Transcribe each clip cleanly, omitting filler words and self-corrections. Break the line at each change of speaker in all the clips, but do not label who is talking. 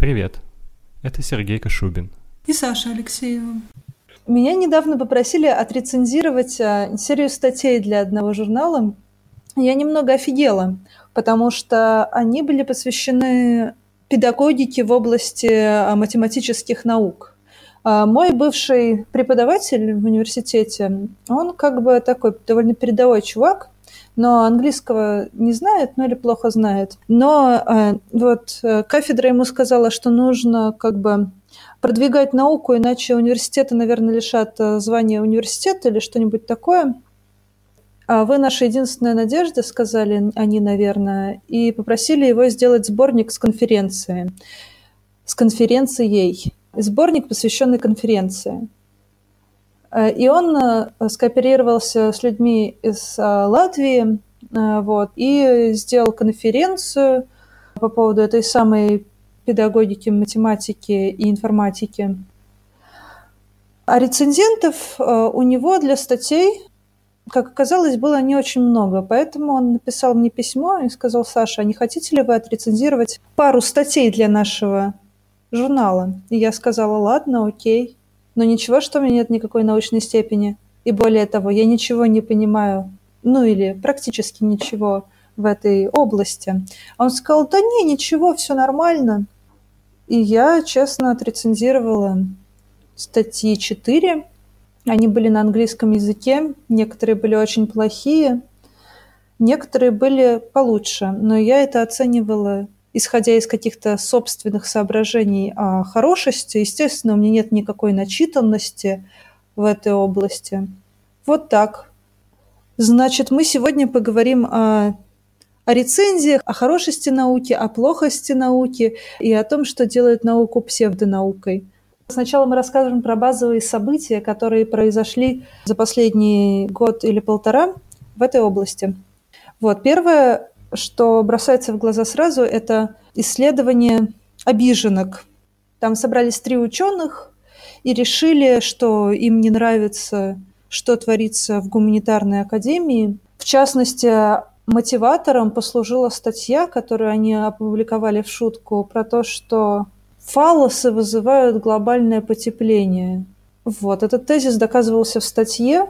Привет, это Сергей Кашубин.
И Саша Алексеева.
Меня недавно попросили отрецензировать серию статей для одного журнала. Я немного офигела, потому что они были посвящены педагогике в области математических наук. Мой бывший преподаватель в университете, он как бы такой довольно передовой чувак, но английского не знает, ну или плохо знает. Но вот кафедра ему сказала, что нужно как бы продвигать науку, иначе университеты, наверное, лишат звания университета или что-нибудь такое. А вы наша единственная надежда, сказали они, наверное, и попросили его сделать сборник с конференцией. С конференцией. Сборник, посвященный конференции. И он скооперировался с людьми из Латвии, вот, и сделал конференцию по поводу этой самой педагогики, математики и информатики. А рецензентов у него для статей, как оказалось, было не очень много. Поэтому он написал мне письмо и сказал: Саша, а не хотите ли вы отрецензировать пару статей для нашего журнала? И я сказала: ладно, окей. Но ничего, что у меня нет никакой научной степени. И более того, я ничего не понимаю, ну или практически ничего в этой области. Он сказал: да не, ничего, все нормально. И я, честно, отрецензировала статьи 4. Они были на английском языке, некоторые были очень плохие, некоторые были получше. Но я это оценивала, исходя из каких-то собственных соображений о хорошести. Естественно, у меня нет никакой начитанности в этой области. Вот так. Значит, мы сегодня поговорим о рецензиях, о хорошести науки, о плохости науки и о том, что делает науку псевдонаукой. Сначала мы расскажем про базовые события, которые произошли за последний год или полтора в этой области. Вот. Первое, что бросается в глаза сразу, это исследование обиженок. Там собрались 3 ученых и решили, что им не нравится, что творится в гуманитарной академии. В частности, мотиватором послужила статья, которую они опубликовали в шутку, про то, что фаллосы вызывают глобальное потепление. Вот. Этот тезис доказывался в статье,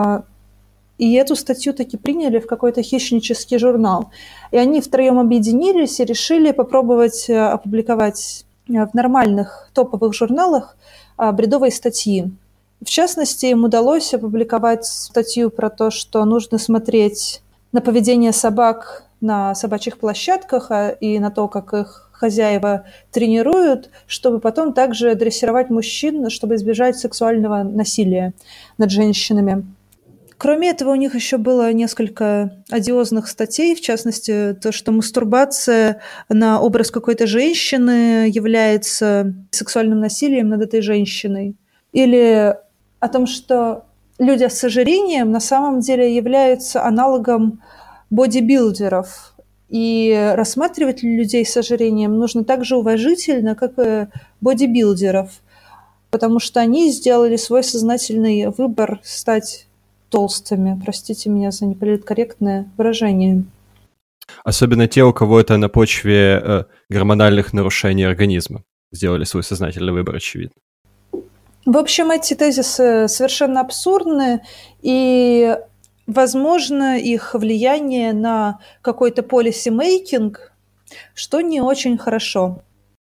и эту статью таки приняли в какой-то хищнический журнал. И они втроем объединились и решили попробовать опубликовать в нормальных топовых журналах бредовые статьи. В частности, им удалось опубликовать статью про то, что нужно смотреть на поведение собак на собачьих площадках и на то, как их хозяева тренируют, чтобы потом также дрессировать мужчин, чтобы избежать сексуального насилия над женщинами. Кроме этого, у них еще было несколько одиозных статей, в частности, то, что мастурбация на образ какой-то женщины является сексуальным насилием над этой женщиной. Или о том, что люди с ожирением на самом деле являются аналогом бодибилдеров. И рассматривать людей с ожирением нужно так же уважительно, как и бодибилдеров, потому что они сделали свой сознательный выбор стать толстыми. Простите меня за неполиткорректное выражение.
Особенно те, у кого это на почве гормональных нарушений организма. Сделали свой сознательный выбор, очевидно.
В общем, эти тезисы совершенно абсурдны, и, возможно, их влияние на какой-то policy-making, что не очень хорошо.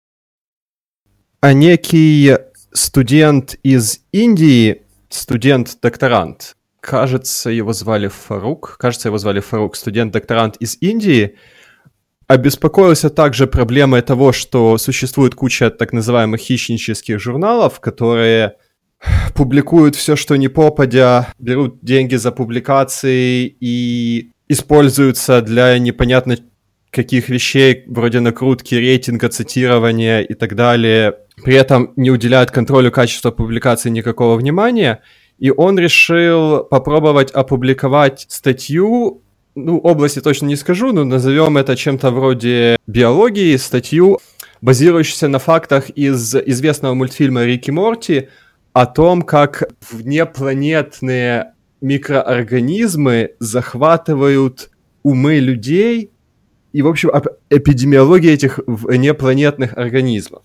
А некий студент из Индии, студент-докторант, кажется, его звали Фарук, студент-докторант из Индии, обеспокоился также проблемой того, что существует куча так называемых хищнических журналов, которые публикуют все, что ни попадя, берут деньги за публикации и используются для непонятно каких вещей, вроде накрутки рейтинга, цитирования и так далее. При этом не уделяют контролю качества публикации никакого внимания. И он решил попробовать опубликовать статью, области точно не скажу, но назовем это чем-то вроде биологии, статью, базирующуюся на фактах из известного мультфильма «Рик и Морти», о том, как внепланетные микроорганизмы захватывают умы людей и, в общем, эпидемиология этих внепланетных организмов.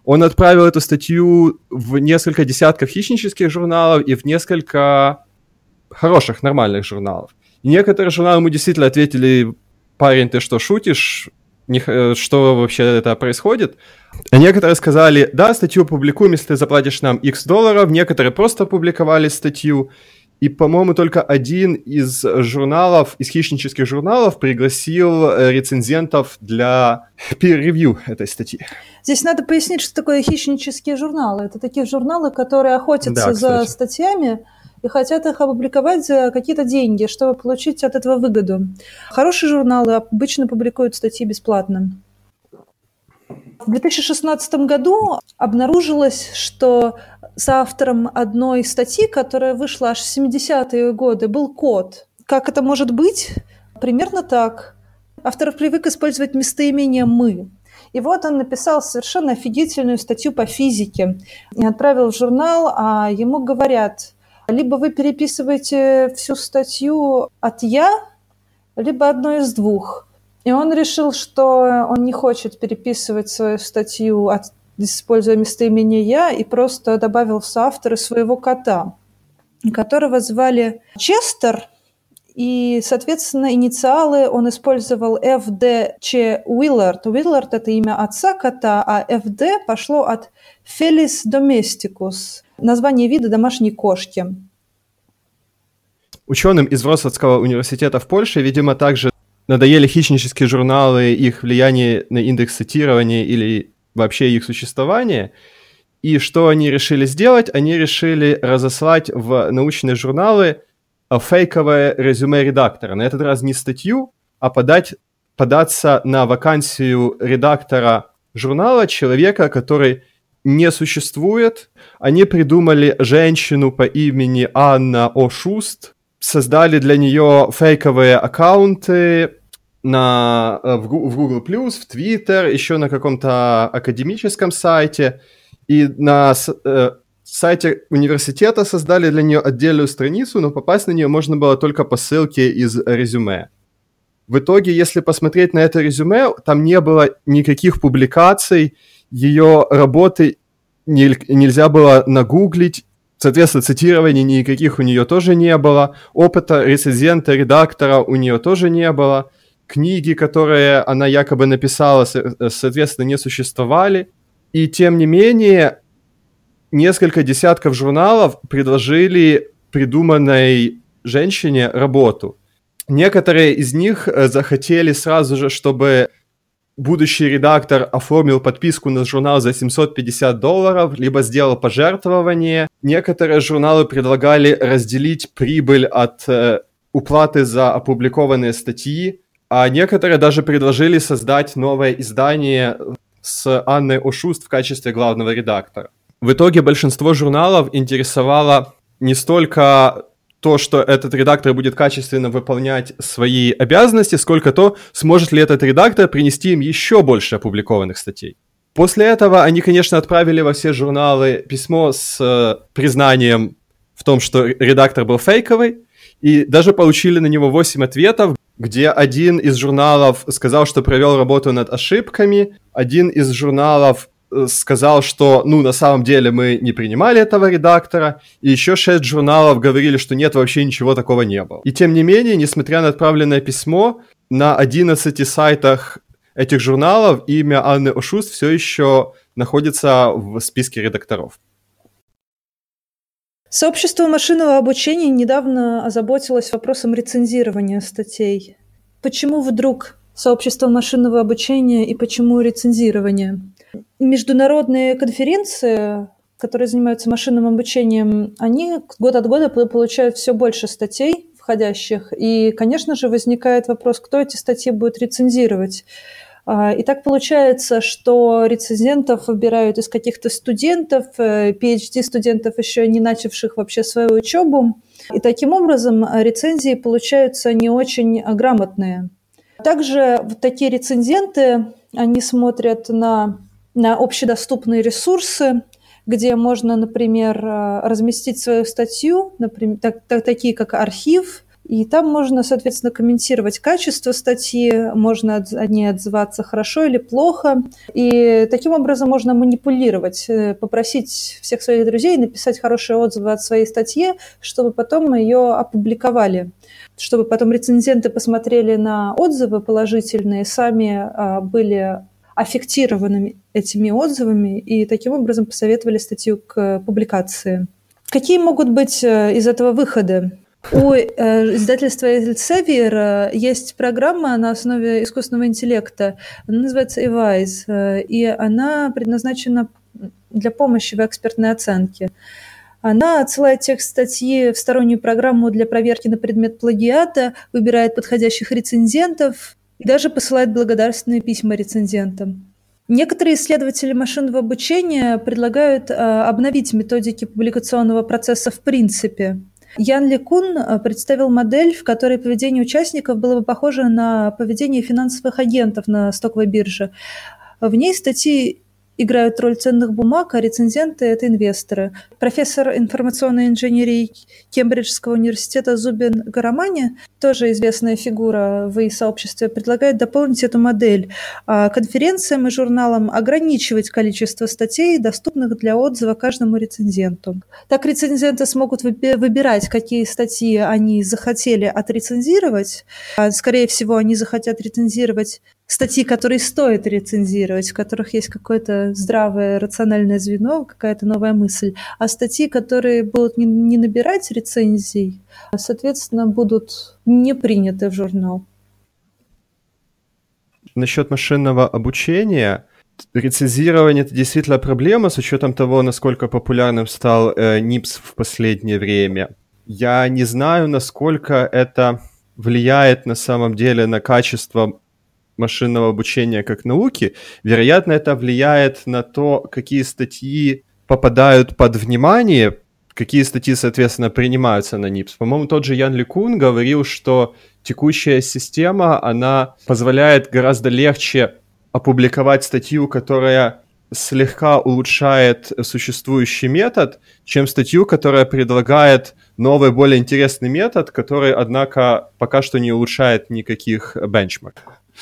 Он отправил эту статью в несколько десятков хищнических журналов и в несколько хороших, нормальных журналов. И некоторые журналы ему действительно ответили: парень, ты что, шутишь? Что вообще это происходит? А некоторые сказали: да, статью публикуем, если ты заплатишь нам X долларов. Некоторые просто публиковали статью. И, по-моему, только один из журналов, из хищнических журналов, пригласил рецензентов для peer-review этой статьи.
Здесь надо пояснить, что такое хищнические журналы. Это такие журналы, которые охотятся за статьями и хотят их опубликовать за какие-то деньги, чтобы получить от этого выгоду. Хорошие журналы обычно публикуют статьи бесплатно. В 2016 году обнаружилось, что соавтором одной статьи, которая вышла аж в 70-е годы, был кот. Как это может быть? Примерно так. Автор привык использовать местоимение «мы». И вот он написал совершенно офигительную статью по физике и отправил в журнал, а ему говорят: либо вы переписываете всю статью от «я», либо одно из двух. И он решил, что он не хочет переписывать свою статью, используя местоимение «я», и просто добавил в соавторы своего кота, которого звали Честер, и, соответственно, инициалы он использовал F.D.Ч. Уиллард. Уиллард – это имя отца кота, а F.D. пошло от Felis domesticus, название вида домашней кошки.
Ученым из Вроцлавского университета в Польше, видимо, также надоели хищнические журналы, их влияние на индекс цитирования или вообще их существование. И что они решили сделать? Они решили разослать в научные журналы фейковое резюме редактора. На этот раз не статью, а податься на вакансию редактора журнала человека, который не существует. Они придумали женщину по имени Анна Ошуст, создали для нее фейковые аккаунты в Google+, в Twitter, еще на каком-то академическом сайте. И на сайте университета создали для нее отдельную страницу, но попасть на нее можно было только по ссылке из резюме. В итоге, если посмотреть на это резюме, там не было никаких публикаций, ее работы нельзя было нагуглить, соответственно, цитирований никаких у нее тоже не было, опыта рецензента, редактора у нее тоже не было, книги, которые она якобы написала, соответственно, не существовали. И тем не менее, несколько десятков журналов предложили придуманной женщине работу. Некоторые из них захотели сразу же, чтобы будущий редактор оформил подписку на журнал за $750, либо сделал пожертвование. Некоторые журналы предлагали разделить прибыль от уплаты за опубликованные статьи, а некоторые даже предложили создать новое издание с Анной Ошуст в качестве главного редактора. В итоге большинство журналов интересовало не столько то, что этот редактор будет качественно выполнять свои обязанности, сколько то, сможет ли этот редактор принести им еще больше опубликованных статей. После этого они, конечно, отправили во все журналы письмо с признанием в том, что редактор был фейковый, и даже получили на него 8 ответов, где один из журналов сказал, что провел работу над ошибками, один из журналов сказал, что, на самом деле мы не принимали этого редактора, и еще 6 журналов говорили, что нет, вообще ничего такого не было. И тем не менее, несмотря на отправленное письмо, на 11 сайтах этих журналов имя Анны Ошуст все еще находится в списке редакторов.
Сообщество машинного обучения недавно озаботилось вопросом рецензирования статей. Почему вдруг сообщество машинного обучения и почему рецензирование? Международные конференции, которые занимаются машинным обучением, они год от года получают все больше статей входящих. И, конечно же, возникает вопрос, кто эти статьи будет рецензировать. И так получается, что рецензентов выбирают из каких-то студентов, PhD-студентов, еще не начавших вообще свою учебу. И таким образом рецензии получаются не очень грамотные. Также такие рецензенты, они смотрят на общедоступные ресурсы, где можно, например, разместить свою статью, например, такие как архив, И там можно, соответственно, комментировать качество статьи, можно о ней отзываться хорошо или плохо. И таким образом можно манипулировать, попросить всех своих друзей написать хорошие отзывы о своей статье, чтобы потом ее опубликовали, чтобы потом рецензенты посмотрели на отзывы положительные, сами были аффектированы этими отзывами и таким образом посоветовали статью к публикации. Какие могут быть из этого выходы? У издательства Elsevier есть программа на основе искусственного интеллекта. Она называется Evise, и она предназначена для помощи в экспертной оценке. Она отсылает текст статьи в стороннюю программу для проверки на предмет плагиата, выбирает подходящих рецензентов и даже посылает благодарственные письма рецензентам. Некоторые исследователи машинного обучения предлагают обновить методики публикационного процесса в принципе. Ян Ли Кун представил модель, в которой поведение участников было бы похоже на поведение финансовых агентов на стоковой бирже. В ней статьи играют роль ценных бумаг, а рецензенты – это инвесторы. Профессор информационной инженерии Кембриджского университета Зубин Гарамани, тоже известная фигура в сообществе, предлагает дополнить эту модель, а конференциям и журналам ограничивать количество статей, доступных для отзыва каждому рецензенту. Так рецензенты смогут выбирать, какие статьи они захотели отрецензировать. Скорее всего, они захотят рецензировать статьи, которые стоит рецензировать, в которых есть какое-то здравое, рациональное звено, какая-то новая мысль. А статьи, которые будут не набирать рецензий, соответственно, будут не приняты в журнал.
Насчет машинного обучения, рецензирование – это действительно проблема с учетом того, насколько популярным стал NIPS в последнее время. Я не знаю, насколько это влияет на самом деле на качество машинного обучения как науки. Вероятно, это влияет на то, какие статьи попадают под внимание, какие статьи, соответственно, принимаются на NIPS. По-моему, тот же Ян Ли Кун говорил, что текущая система, она позволяет гораздо легче опубликовать статью, которая слегка улучшает существующий метод, чем статью, которая предлагает новый, более интересный метод, который, однако, пока что не улучшает никаких бенчмарков.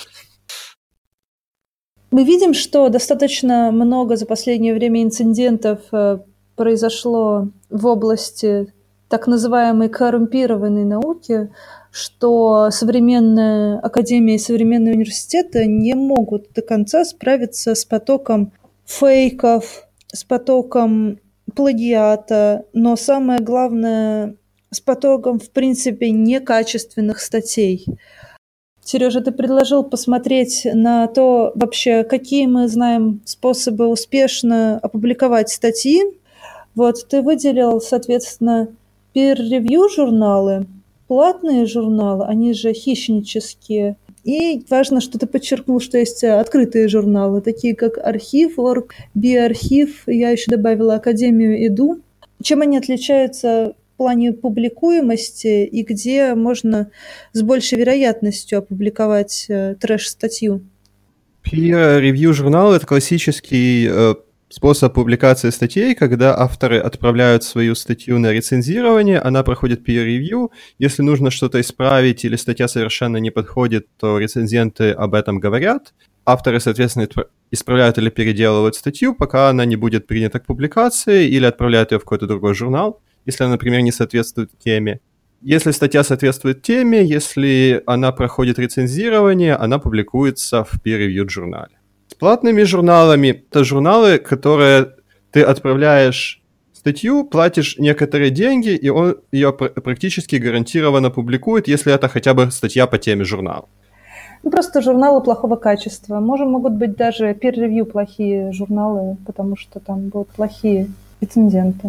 Мы видим, что достаточно много за последнее время инцидентов произошло в области так называемой коррумпированной науки, что современная академия и современные университеты не могут до конца справиться с потоком фейков, с потоком плагиата, но самое главное, с потоком, в принципе, некачественных статей. Сережа, ты предложил посмотреть на то, вообще, какие мы знаем способы успешно опубликовать статьи. Вот ты выделил, соответственно, peer-review журналы, платные журналы, они же хищнические. И важно, что ты подчеркнул, что есть открытые журналы, такие как Archive.org, BioArchive, я еще добавила Академию Эду. Чем они отличаются в плане публикуемости и где можно с большей вероятностью опубликовать трэш-статью?
Peer-review журнал – это классический способ публикации статей, когда авторы отправляют свою статью на рецензирование, она проходит peer-review. Если нужно что-то исправить или статья совершенно не подходит, то рецензенты об этом говорят. Авторы, соответственно, исправляют или переделывают статью, пока она не будет принята к публикации, или отправляют ее в какой-то другой журнал, если она, например, не соответствует теме. Если статья соответствует теме, если она проходит рецензирование, она публикуется в peer-reviewed журнале. С платными журналами – это журналы, которые ты отправляешь статью, платишь некоторые деньги, и он ее практически гарантированно публикует, если это хотя бы статья по теме журнала.
Ну, просто журналы плохого качества. Могут быть даже peer-review плохие журналы, потому что там будут плохие рецензенты.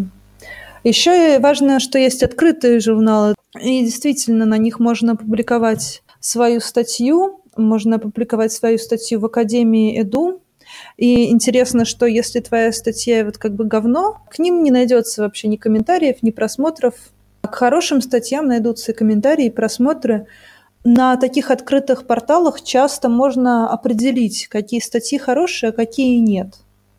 Еще важно, что есть открытые журналы, и действительно на них можно опубликовать свою статью, можно опубликовать свою статью в Академии Эду. И интересно, что если твоя статья вот как бы говно, к ним не найдется вообще ни комментариев, ни просмотров. К хорошим статьям найдутся и комментарии, и просмотры. На таких открытых порталах часто можно определить, какие статьи хорошие, а какие нет.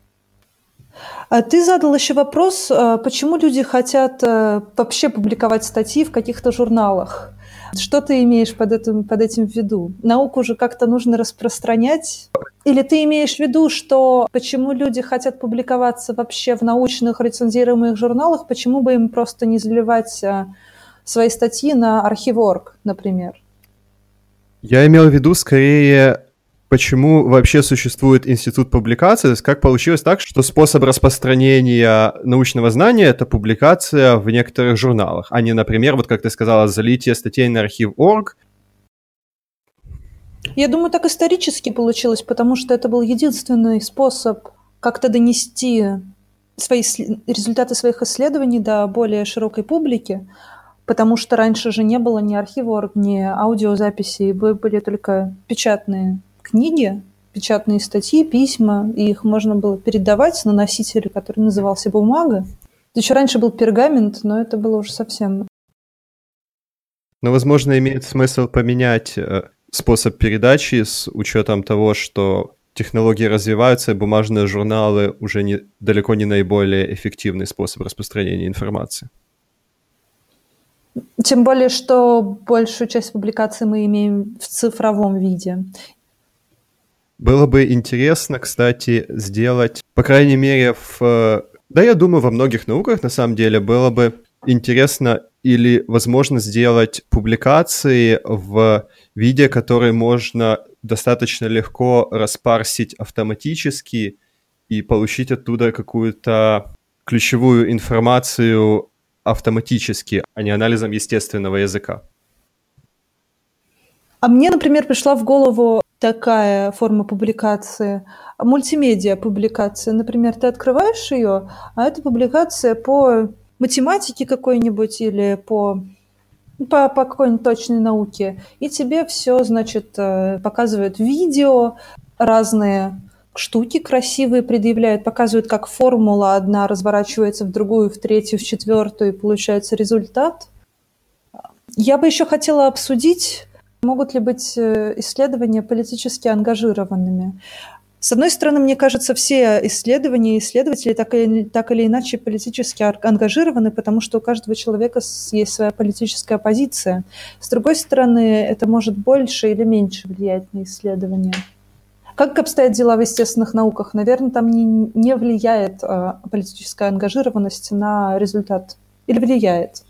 А ты задал еще вопрос, почему люди хотят вообще публиковать статьи в каких-то журналах. Что ты имеешь под этим в виду? Науку же как-то нужно распространять? Или ты имеешь в виду, что почему люди хотят публиковаться вообще в научных рецензируемых журналах, почему бы им просто не заливать свои статьи на Archive.org, например?
Я имел в виду скорее, почему вообще существует институт публикации, то есть как получилось так, что способ распространения научного знания — это публикация в некоторых журналах, а не, например, вот как ты сказала, залитие статей на Archive.org.
Я думаю, так исторически получилось, потому что это был единственный способ как-то донести результаты своих исследований до более широкой публики, потому что раньше же не было ни Archive.org, ни аудиозаписей, были только печатные книги, печатные статьи, письма, и их можно было передавать на носителе, который назывался бумага. Еще раньше был пергамент, но это было уже совсем...
Но, возможно, имеет смысл поменять способ передачи с учетом того, что технологии развиваются, и бумажные журналы уже далеко не наиболее эффективный способ распространения информации.
Тем более, что большую часть публикаций мы имеем в цифровом виде.
Было бы интересно, кстати, сделать, по крайней мере, да, я думаю, во многих науках, на самом деле, было бы интересно или возможно сделать публикации в виде, который можно достаточно легко распарсить автоматически и получить оттуда какую-то ключевую информацию автоматически, а не анализом естественного языка.
А мне, например, пришла в голову такая форма публикации, мультимедиа публикация. Например, ты открываешь ее, а это публикация по математике какой-нибудь или по какой-нибудь точной науке. И тебе все, значит, показывают видео, разные штуки красивые предъявляют, показывают, как формула одна разворачивается в другую, в третью, в четвертую, и получается результат. Я бы еще хотела обсудить, могут ли быть исследования политически ангажированными. С одной стороны, мне кажется, все исследования и исследователи так или иначе политически ангажированы, потому что у каждого человека есть своя политическая позиция. С другой стороны, это может больше или меньше влиять на исследования. Как обстоят дела в естественных науках? Наверное, там не влияет политическая ангажированность на результат. Или влияет?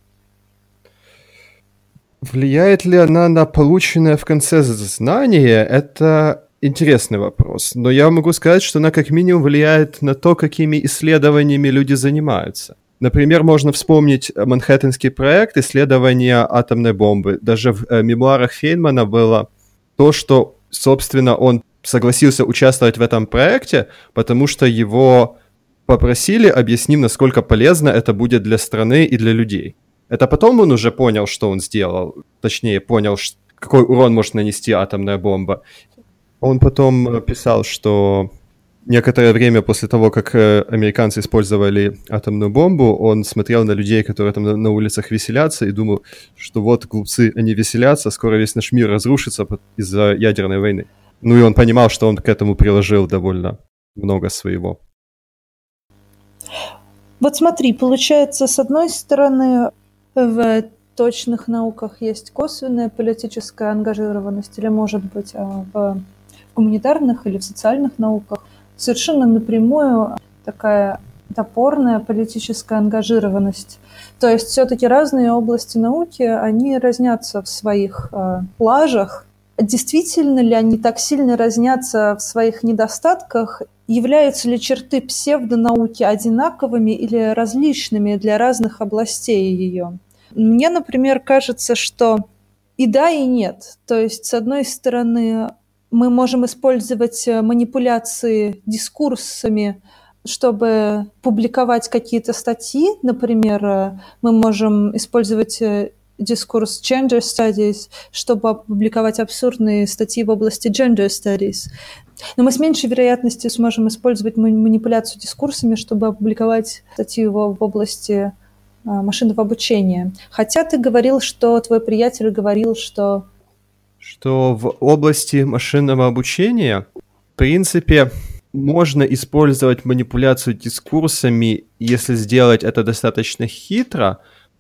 Влияет ли она на полученное в конце знание? Это интересный вопрос. Но я могу сказать, что она как минимум влияет на то, какими исследованиями люди занимаются. Например, можно вспомнить Манхэттенский проект исследования атомной бомбы. Даже в мемуарах Фейнмана было то, что, собственно, он согласился участвовать в этом проекте, потому что его попросили, объяснив, насколько полезно это будет для страны и для людей. Это потом он уже понял, что он сделал, точнее, понял, какой урон может нанести атомная бомба. Он потом писал, что некоторое время после того, как американцы использовали атомную бомбу, он смотрел на людей, которые там на улицах веселятся, и думал, что вот глупцы, они веселятся, скоро весь наш мир разрушится из-за ядерной войны. Ну и он понимал, что он к этому приложил довольно много своего.
Вот смотри, получается, с одной стороны, в точных науках есть косвенная политическая ангажированность, или, может быть, в гуманитарных или в социальных науках совершенно напрямую такая топорная политическая ангажированность. То есть все-таки разные области науки, они разнятся в своих плажах. Действительно ли они так сильно разнятся в своих недостатках? Являются ли черты псевдонауки одинаковыми или различными для разных областей ее? Мне, например, кажется, что и да, и нет. То есть, с одной стороны, мы можем использовать манипуляции дискурсами, чтобы публиковать какие-то статьи. Например, мы можем использовать дискурс gender studies, чтобы опубликовать абсурдные статьи в области gender studies. Но мы с меньшей вероятностью сможем использовать манипуляцию дискурсами, чтобы опубликовать статьи в области машинного обучения. Хотя ты говорил, что твой приятель говорил, что
в области машинного обучения, в принципе, можно использовать манипуляцию дискурсами, если сделать это достаточно хитро,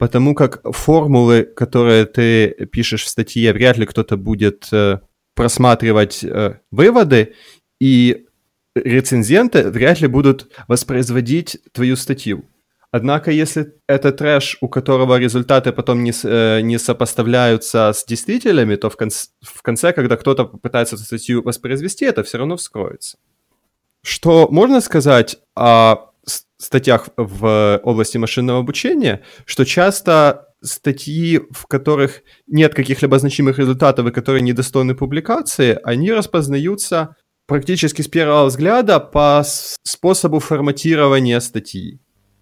потому как формулы, которые ты пишешь в статье, вряд ли кто-то будет просматривать выводы, и рецензенты вряд ли будут воспроизводить твою статью. Однако, если это трэш, у которого результаты потом не сопоставляются с действителями, то в конце, когда кто-то попытается эту статью воспроизвести, это все равно вскроется. Что можно сказать о статьях в области машинного обучения, что часто статьи, в которых нет каких-либо значимых результатов и которые недостойны публикации, они распознаются практически с первого взгляда по способу форматирования статьи.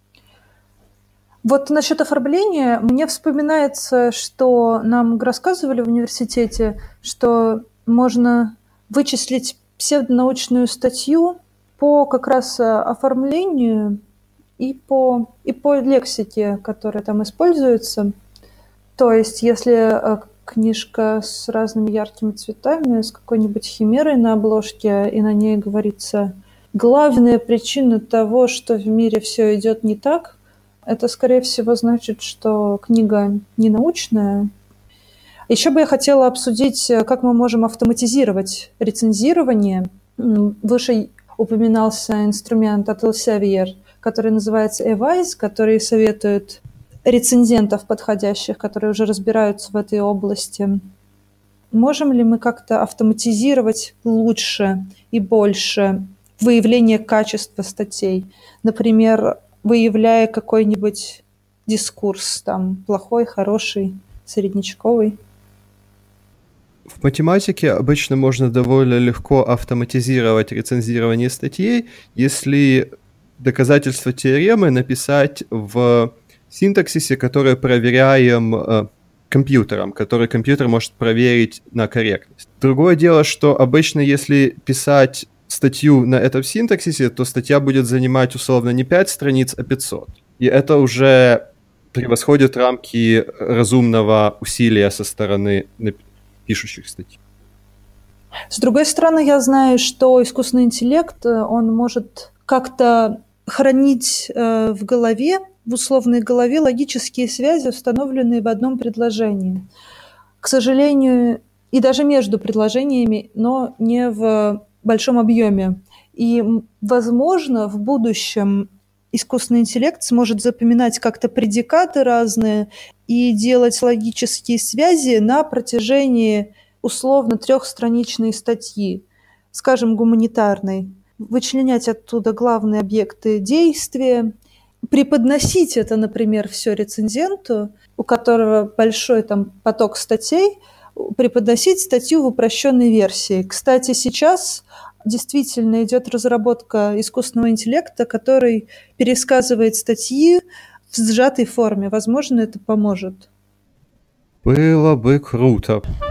Вот насчет оформления мне вспоминается, что нам рассказывали в университете, что можно вычислить псевдонаучную статью по как раз оформлению и по лексике, которая там используется. То есть, если книжка с разными яркими цветами, с какой-нибудь химерой на обложке, и на ней говорится «главная причина того, что в мире все идет не так», это, скорее всего, значит, что книга не научная. Еще бы я хотела обсудить, как мы можем автоматизировать рецензирование. Выше упоминался инструмент от Elsevier, который называется Evise, который советует рецензентов подходящих, которые уже разбираются в этой области. Можем ли мы как-то автоматизировать лучше и больше выявление качества статей? Например, выявляя какой-нибудь дискурс, там, плохой, хороший, среднячковый.
В математике обычно можно довольно легко автоматизировать рецензирование статей, если доказательства теоремы написать в синтаксисе, который проверяем компьютером, который компьютер может проверить на корректность. Другое дело, что обычно, если писать статью на этом синтаксисе, то статья будет занимать условно не 5 страниц, а 500. И это уже превосходит рамки разумного усилия со стороны пишущих статей.
С другой стороны, я знаю, что искусственный интеллект, он может как-то хранить в голове, в условной голове логические связи, установленные в одном предложении. К сожалению, и даже между предложениями, но не в большом объеме. И, возможно, в будущем искусственный интеллект сможет запоминать как-то предикаты разные и делать логические связи на протяжении условно 3-страничной статьи, скажем, гуманитарной, вычленять оттуда главные объекты действия, преподносить это, например, все рецензенту, у которого большой там поток статей, преподносить статью в упрощенной версии. Кстати, сейчас действительно идет разработка искусственного интеллекта, который пересказывает статьи в сжатой форме. Возможно, это поможет.
Было бы круто.